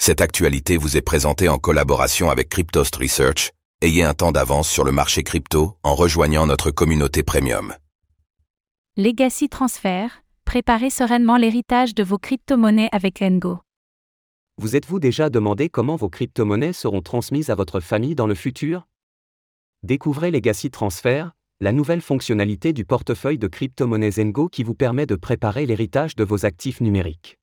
Cette actualité vous est présentée en collaboration avec Cryptost Research. Ayez un temps d'avance sur le marché crypto en rejoignant notre communauté premium. Legacy Transfer, préparez sereinement l'héritage de vos crypto-monnaies avec Ngo. Vous êtes-vous déjà demandé comment vos crypto-monnaies seront transmises à votre famille dans le futur? Découvrez Legacy Transfer, la nouvelle fonctionnalité du portefeuille de crypto-monnaies Ngo qui vous permet de préparer l'héritage de vos actifs numériques.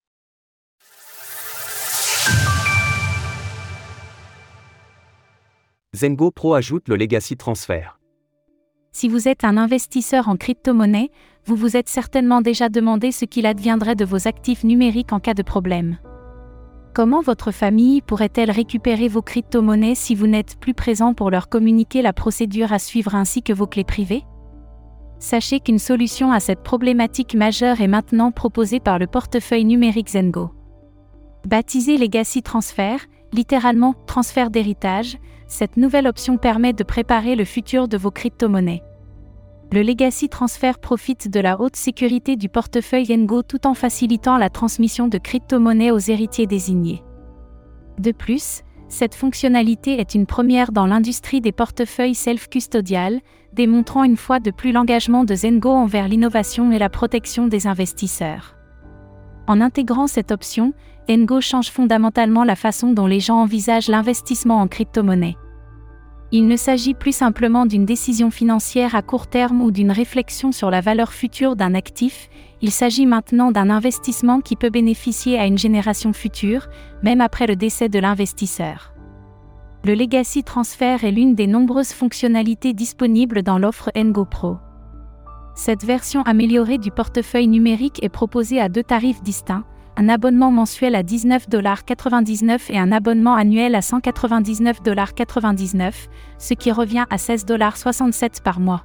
Zengo Pro ajoute le Legacy Transfer. Si vous êtes un investisseur en crypto-monnaie, vous vous êtes certainement déjà demandé ce qu'il adviendrait de vos actifs numériques en cas de problème. Comment votre famille pourrait-elle récupérer vos crypto-monnaies si vous n'êtes plus présent pour leur communiquer la procédure à suivre ainsi que vos clés privées? Sachez qu'une solution à cette problématique majeure est maintenant proposée par le portefeuille numérique Zengo. Baptisé Legacy Transfer, littéralement « transfert d'héritage », cette nouvelle option permet de préparer le futur de vos crypto-monnaies. Le Legacy Transfer profite de la haute sécurité du portefeuille Ngo tout en facilitant la transmission de crypto-monnaies aux héritiers désignés. De plus, cette fonctionnalité est une première dans l'industrie des portefeuilles self-custodial, démontrant une fois de plus l'engagement de Zengo envers l'innovation et la protection des investisseurs. En intégrant cette option, Ngo change fondamentalement la façon dont les gens envisagent l'investissement en crypto-monnaie. Il ne s'agit plus simplement d'une décision financière à court terme ou d'une réflexion sur la valeur future d'un actif, il s'agit maintenant d'un investissement qui peut bénéficier à une génération future, même après le décès de l'investisseur. Le Legacy Transfer est l'une des nombreuses fonctionnalités disponibles dans l'offre Ngo Pro. Cette version améliorée du portefeuille numérique est proposée à deux tarifs distincts, un abonnement mensuel à $19,99 et un abonnement annuel à $199,99, ce qui revient à $16,67 par mois.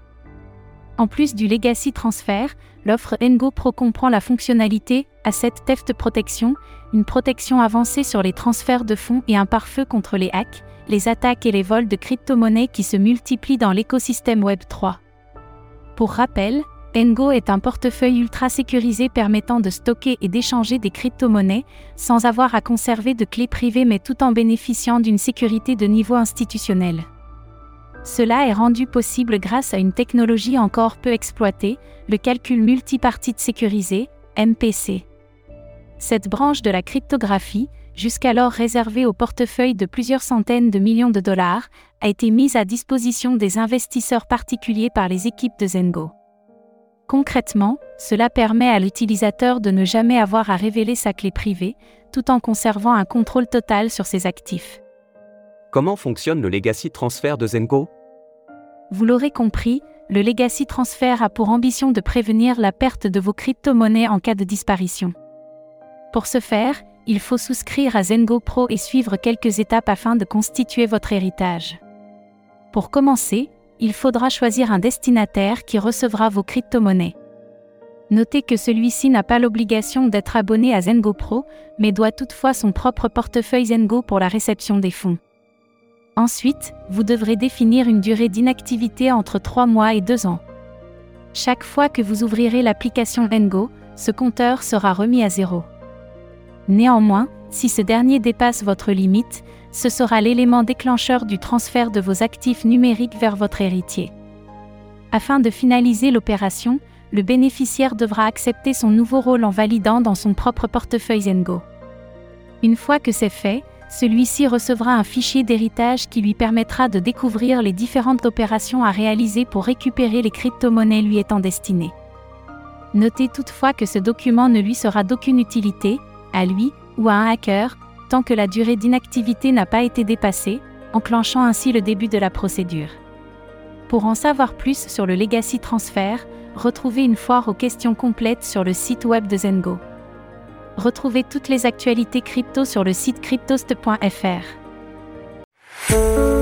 En plus du Legacy Transfer, l'offre Ngo Pro comprend la fonctionnalité Asset Theft Protection, une protection avancée sur les transferts de fonds et un pare-feu contre les hacks, les attaques et les vols de crypto-monnaies qui se multiplient dans l'écosystème Web3. Pour rappel, Ngo est un portefeuille ultra sécurisé permettant de stocker et d'échanger des crypto-monnaies, sans avoir à conserver de clés privées mais tout en bénéficiant d'une sécurité de niveau institutionnel. Cela est rendu possible grâce à une technologie encore peu exploitée, le calcul multipartite sécurisé, MPC. Cette branche de la cryptographie, jusqu'alors réservée au portefeuille de plusieurs centaines de millions de dollars, a été mise à disposition des investisseurs particuliers par les équipes de Zengo. Concrètement, cela permet à l'utilisateur de ne jamais avoir à révéler sa clé privée, tout en conservant un contrôle total sur ses actifs. Comment fonctionne le Legacy Transfer de Zengo? Vous l'aurez compris, le Legacy Transfer a pour ambition de prévenir la perte de vos crypto-monnaies en cas de disparition. Pour ce faire, il faut souscrire à Zengo Pro et suivre quelques étapes afin de constituer votre héritage. Pour commencer, il faudra choisir un destinataire qui recevra vos crypto-monnaies. Notez que celui-ci n'a pas l'obligation d'être abonné à Zengo Pro, mais doit toutefois son propre portefeuille Zengo pour la réception des fonds. Ensuite, vous devrez définir une durée d'inactivité entre 3 mois et 2 ans. Chaque fois que vous ouvrirez l'application Ngo, ce compteur sera remis à 0. Néanmoins, si ce dernier dépasse votre limite, ce sera l'élément déclencheur du transfert de vos actifs numériques vers votre héritier. Afin de finaliser l'opération, le bénéficiaire devra accepter son nouveau rôle en validant dans son propre portefeuille Zengo. Une fois que c'est fait, celui-ci recevra un fichier d'héritage qui lui permettra de découvrir les différentes opérations à réaliser pour récupérer les crypto-monnaies lui étant destinées. Notez toutefois que ce document ne lui sera d'aucune utilité, à lui ou à un hacker, tant que la durée d'inactivité n'a pas été dépassée, enclenchant ainsi le début de la procédure. Pour en savoir plus sur le Legacy Transfer, retrouvez une foire aux questions complètes sur le site web de Zengo. Retrouvez toutes les actualités crypto sur le site cryptost.fr.